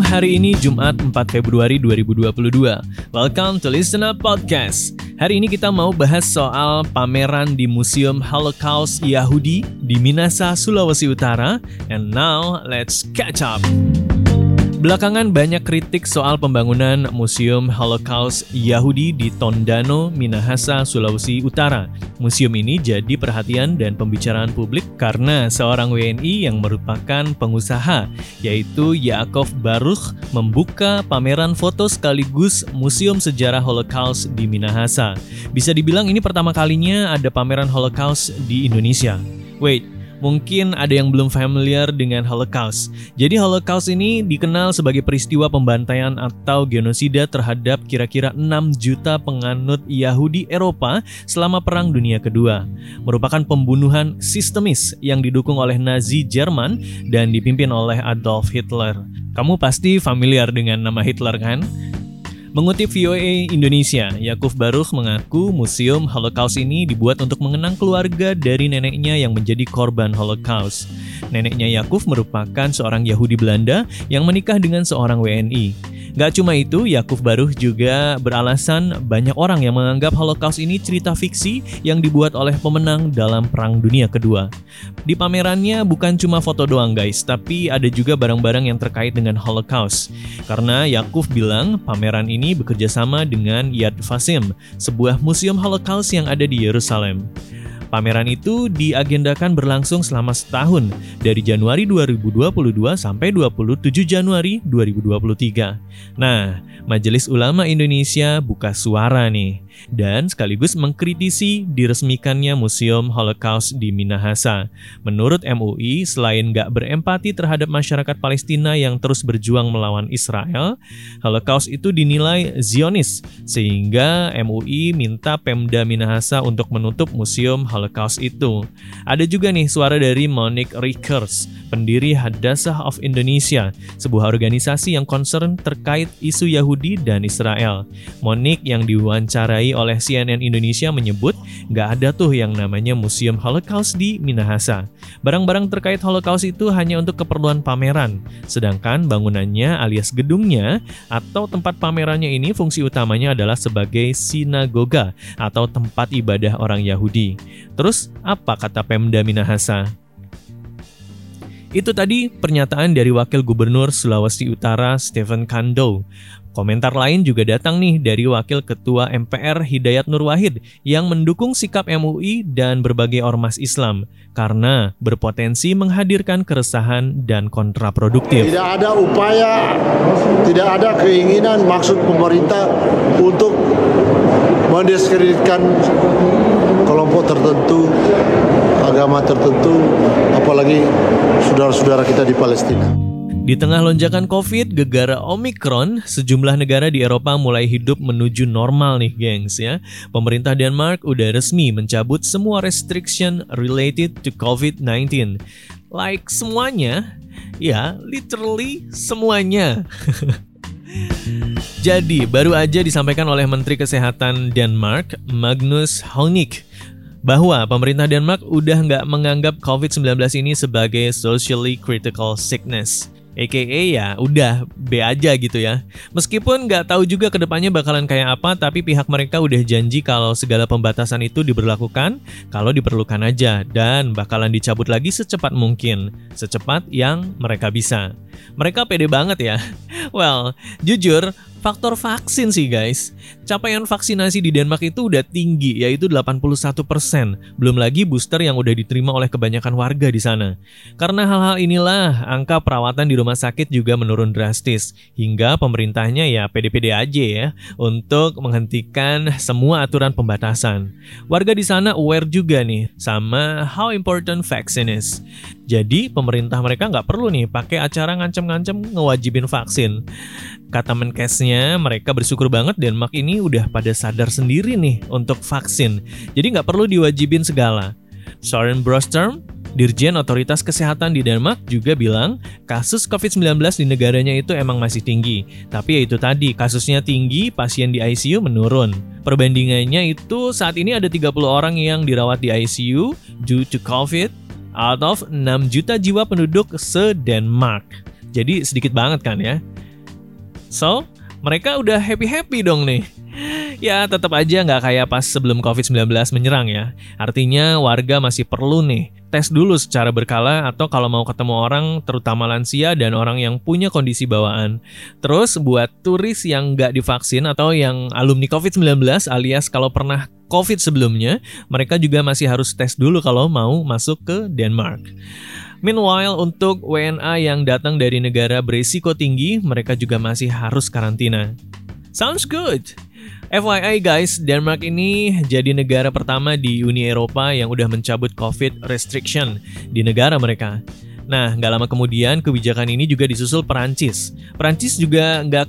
hari ini Jumat 4 Februari 2022. Welcome to Listen Up Podcast. Hari ini kita mau bahas soal pameran di Museum Holocaust Yahudi di Minahasa, Sulawesi Utara. And now, let's catch up. Belakangan banyak kritik soal pembangunan Museum Holocaust Yahudi di Tondano, Minahasa, Sulawesi Utara. Museum ini jadi perhatian dan pembicaraan publik karena seorang WNI yang merupakan pengusaha, yaitu Yakov Baruch, membuka pameran foto sekaligus Museum Sejarah Holocaust di Minahasa. Bisa dibilang ini pertama kalinya ada pameran Holocaust di Indonesia. Mungkin ada yang belum familiar dengan Holocaust. Jadi Holocaust ini dikenal sebagai peristiwa pembantaian atau genosida terhadap kira-kira 6 juta penganut Yahudi Eropa selama Perang Dunia Kedua. Merupakan pembunuhan sistemis yang didukung oleh Nazi Jerman dan dipimpin oleh Adolf Hitler. Kamu pasti familiar dengan nama Hitler kan? Mengutip VOA Indonesia, Yakov Baruch mengaku Museum Holocaust ini dibuat untuk mengenang keluarga dari neneknya yang menjadi korban Holocaust. Neneknya Yakov merupakan seorang Yahudi Belanda yang menikah dengan seorang WNI. Gak cuma itu, Yakov Baruch juga beralasan banyak orang yang menganggap Holocaust ini cerita fiksi yang dibuat oleh pemenang dalam Perang Dunia Kedua. Di pamerannya bukan cuma foto doang guys, tapi ada juga barang-barang yang terkait dengan Holocaust. Karena Yakov bilang pameran ini bekerja sama dengan Yad Vashem, sebuah museum Holocaust yang ada di Yerusalem. Pameran itu diagendakan berlangsung selama setahun, dari Januari 2022 sampai 27 Januari 2023. Nah, Majelis Ulama Indonesia buka suara nih, dan sekaligus mengkritisi diresmikannya Museum Holocaust di Minahasa. Menurut MUI, selain gak berempati terhadap masyarakat Palestina yang terus berjuang melawan Israel, Holocaust itu dinilai Zionis, sehingga MUI minta Pemda Minahasa untuk menutup Museum Holocaust itu. Ada juga nih suara dari Monique Rickers, pendiri Hadassah of Indonesia, sebuah organisasi yang concern terkait isu Yahudi dan Israel. Monique yang diwawancarai oleh CNN Indonesia menyebut gak ada tuh yang namanya Museum Holocaust di Minahasa. Barang-barang terkait Holocaust itu hanya untuk keperluan pameran, sedangkan bangunannya alias gedungnya atau tempat pamerannya ini fungsi utamanya adalah sebagai sinagoga atau tempat ibadah orang Yahudi. Terus apa kata Pemda Minahasa? Itu tadi pernyataan dari Wakil Gubernur Sulawesi Utara Stephen Kando. Komentar lain juga datang nih dari Wakil Ketua MPR Hidayat Nur Wahid yang mendukung sikap MUI dan berbagai ormas Islam karena berpotensi menghadirkan keresahan dan kontraproduktif. Tidak ada upaya, tidak ada keinginan maksud pemerintah untuk mendiskreditkan kelompok tertentu, agama tertentu, apalagi saudara-saudara kita di Palestina. Di tengah lonjakan COVID gegara Omicron, sejumlah negara di Eropa mulai hidup menuju normal nih gengs ya. Pemerintah Denmark udah resmi mencabut semua restriction related to COVID-19. Like semuanya, ya literally semuanya. Jadi, baru aja disampaikan oleh Menteri Kesehatan Denmark, Magnus Heunicke, bahwa pemerintah Denmark udah nggak menganggap COVID-19 ini sebagai socially critical sickness. AKA ya udah B aja gitu ya. Meskipun nggak tahu juga kedepannya bakalan kayak apa, tapi pihak mereka udah janji kalau segala pembatasan itu diberlakukan kalau diperlukan aja dan bakalan dicabut lagi secepat mungkin, secepat yang mereka bisa. Mereka pede banget ya. Well, jujur, faktor vaksin sih guys. Capaian vaksinasi di Denmark itu udah tinggi, yaitu 81%. Belum lagi booster yang udah diterima oleh kebanyakan warga di sana. Karena hal-hal inilah, angka perawatan di rumah sakit juga menurun drastis. Hingga pemerintahnya ya pede-pede aja ya, untuk menghentikan semua aturan pembatasan. Warga di sana aware juga nih, sama how important vaksin is. Jadi pemerintah mereka nggak perlu nih pakai acara ngancem-ngancem ngewajibin vaksin. Kata Menkesnya, mereka bersyukur banget Denmark ini udah pada sadar sendiri nih untuk vaksin. Jadi nggak perlu diwajibin segala. Søren Brostrøm, Dirjen Otoritas Kesehatan di Denmark juga bilang kasus COVID-19 di negaranya itu emang masih tinggi. Tapi ya itu tadi, kasusnya tinggi, pasien di ICU menurun. Perbandingannya itu saat ini ada 30 orang yang dirawat di ICU due to COVID out of 6 juta jiwa penduduk se-Denmark. Jadi sedikit banget kan ya. So, mereka udah happy-happy dong nih. Ya, tetap aja nggak kayak pas sebelum COVID-19 menyerang ya. Artinya warga masih perlu nih tes dulu secara berkala atau kalau mau ketemu orang terutama lansia dan orang yang punya kondisi bawaan. Terus buat turis yang nggak divaksin atau yang alumni COVID-19 alias kalau pernah COVID sebelumnya, mereka juga masih harus tes dulu kalau mau masuk ke Denmark. Meanwhile, untuk WNA yang datang dari negara berisiko tinggi, mereka juga masih harus karantina. Sounds good! FYI guys, Denmark ini jadi negara pertama di Uni Eropa yang udah mencabut COVID restriction di negara mereka. Nah, nggak lama kemudian kebijakan ini juga disusul Perancis. Perancis juga nggak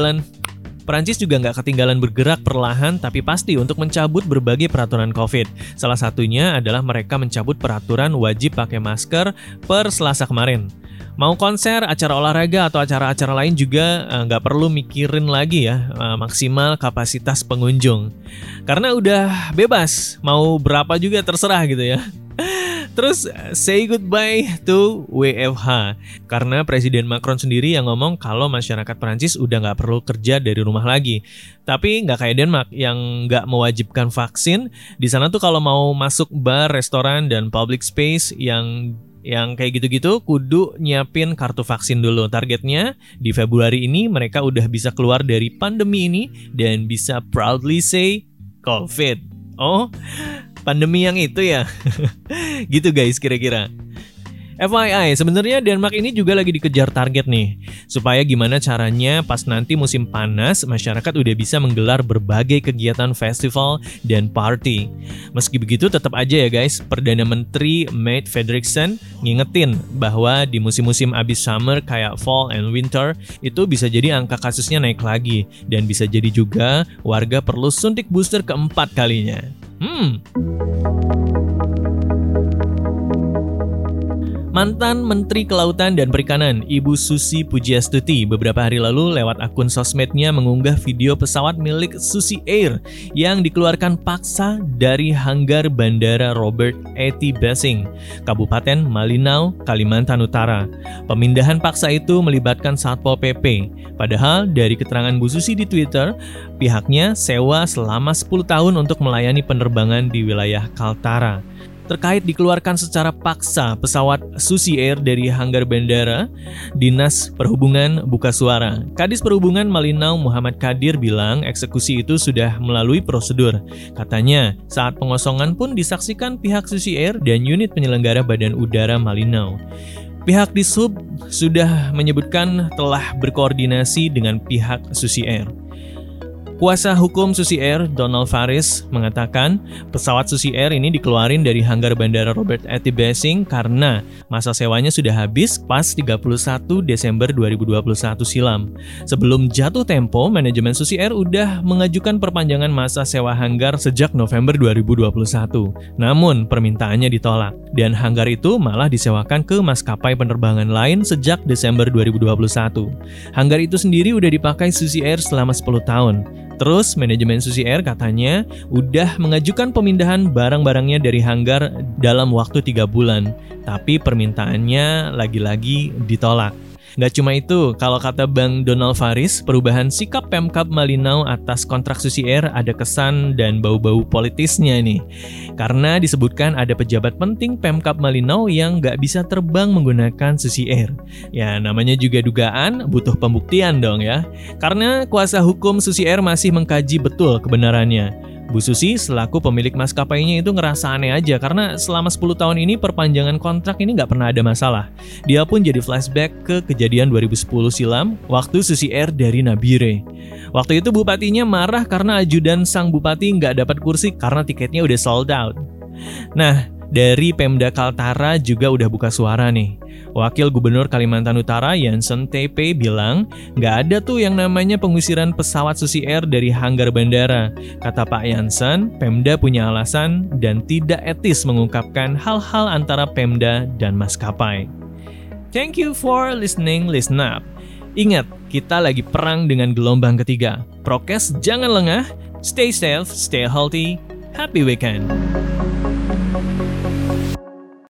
ketinggalan bergerak perlahan tapi pasti untuk mencabut berbagai peraturan COVID. Salah satunya adalah mereka mencabut peraturan wajib pakai masker per Selasa kemarin. Mau konser, acara olahraga, atau acara-acara lain juga nggak perlu mikirin lagi ya maksimal kapasitas pengunjung. Karena udah bebas, mau berapa juga terserah gitu ya. Terus say goodbye to WFH. Karena Presiden Macron sendiri yang ngomong kalau masyarakat Prancis udah nggak perlu kerja dari rumah lagi. Tapi nggak kayak Denmark yang nggak mewajibkan vaksin. Di sana tuh kalau mau masuk bar, restoran, dan public space yang kayak gitu-gitu kudu nyiapin kartu vaksin dulu. Targetnya di Februari ini mereka udah bisa keluar dari pandemi ini dan bisa proudly say COVID. Oh, pandemi yang itu ya. Gitu guys kira-kira. FYI, sebenarnya Denmark ini juga lagi dikejar target nih. Supaya gimana caranya pas nanti musim panas, masyarakat udah bisa menggelar berbagai kegiatan festival dan party. Meski begitu tetap aja ya guys, Perdana Menteri Mette Frederiksen ngingetin bahwa di musim-musim abis summer kayak fall and winter, itu bisa jadi angka kasusnya naik lagi. Dan bisa jadi juga warga perlu suntik booster keempat kalinya. Mantan Menteri Kelautan dan Perikanan, Ibu Susi Pujiastuti, beberapa hari lalu lewat akun sosmednya mengunggah video pesawat milik Susi Air yang dikeluarkan paksa dari hanggar Bandara Robert E.T. Bessing, Kabupaten Malinau, Kalimantan Utara. Pemindahan paksa itu melibatkan Satpol PP. Padahal dari keterangan Bu Susi di Twitter, pihaknya sewa selama 10 tahun untuk melayani penerbangan di wilayah Kaltara. Terkait dikeluarkan secara paksa pesawat Susi Air dari hanggar bandara, Dinas Perhubungan buka suara. Kadis Perhubungan Malinau Muhammad Kadir bilang eksekusi itu sudah melalui prosedur. Katanya, saat pengosongan pun disaksikan pihak Susi Air dan unit penyelenggara Badan Udara Malinau. Pihak Dishub sudah menyebutkan telah berkoordinasi dengan pihak Susi Air. Kuasa hukum Susi Air, Donald Faris, mengatakan pesawat Susi Air ini dikeluarin dari hanggar Bandara Robert E.T. Bessing karena masa sewanya sudah habis pas 31 Desember 2021 silam. Sebelum jatuh tempo, manajemen Susi Air udah mengajukan perpanjangan masa sewa hanggar sejak November 2021. Namun, permintaannya ditolak, dan hanggar itu malah disewakan ke maskapai penerbangan lain sejak Desember 2021. Hanggar itu sendiri udah dipakai Susi Air selama 10 tahun. Terus, manajemen Susi Air katanya udah mengajukan pemindahan barang-barangnya dari hanggar dalam waktu 3 bulan. Tapi permintaannya lagi-lagi ditolak. Nggak cuma itu, kalau kata Bang Donald Faris, perubahan sikap Pemkab Malinau atas kontrak Susi Air ada kesan dan bau-bau politisnya nih. Karena disebutkan ada pejabat penting Pemkab Malinau yang nggak bisa terbang menggunakan Susi Air. Ya, namanya juga dugaan, butuh pembuktian dong ya. Karena kuasa hukum Susi Air masih mengkaji betul kebenarannya. Bu Susi selaku pemilik maskapainya itu ngerasa aneh aja karena selama 10 tahun ini perpanjangan kontrak ini nggak pernah ada masalah. Dia pun jadi flashback ke kejadian 2010 silam waktu Susi Air dari Nabire. Waktu itu bupatinya marah karena ajudan sang bupati nggak dapat kursi karena tiketnya udah sold out. Nah, dari Pemda Kaltara juga udah buka suara nih. Wakil Gubernur Kalimantan Utara Janssen TP bilang, nggak ada tuh yang namanya pengusiran pesawat Susi Air dari hanggar bandara. Kata Pak Janssen, Pemda punya alasan dan tidak etis mengungkapkan hal-hal antara Pemda dan maskapai. Thank you for listening, listen up. Ingat, kita lagi perang dengan gelombang ketiga. Prokes jangan lengah, stay safe, stay healthy, happy weekend.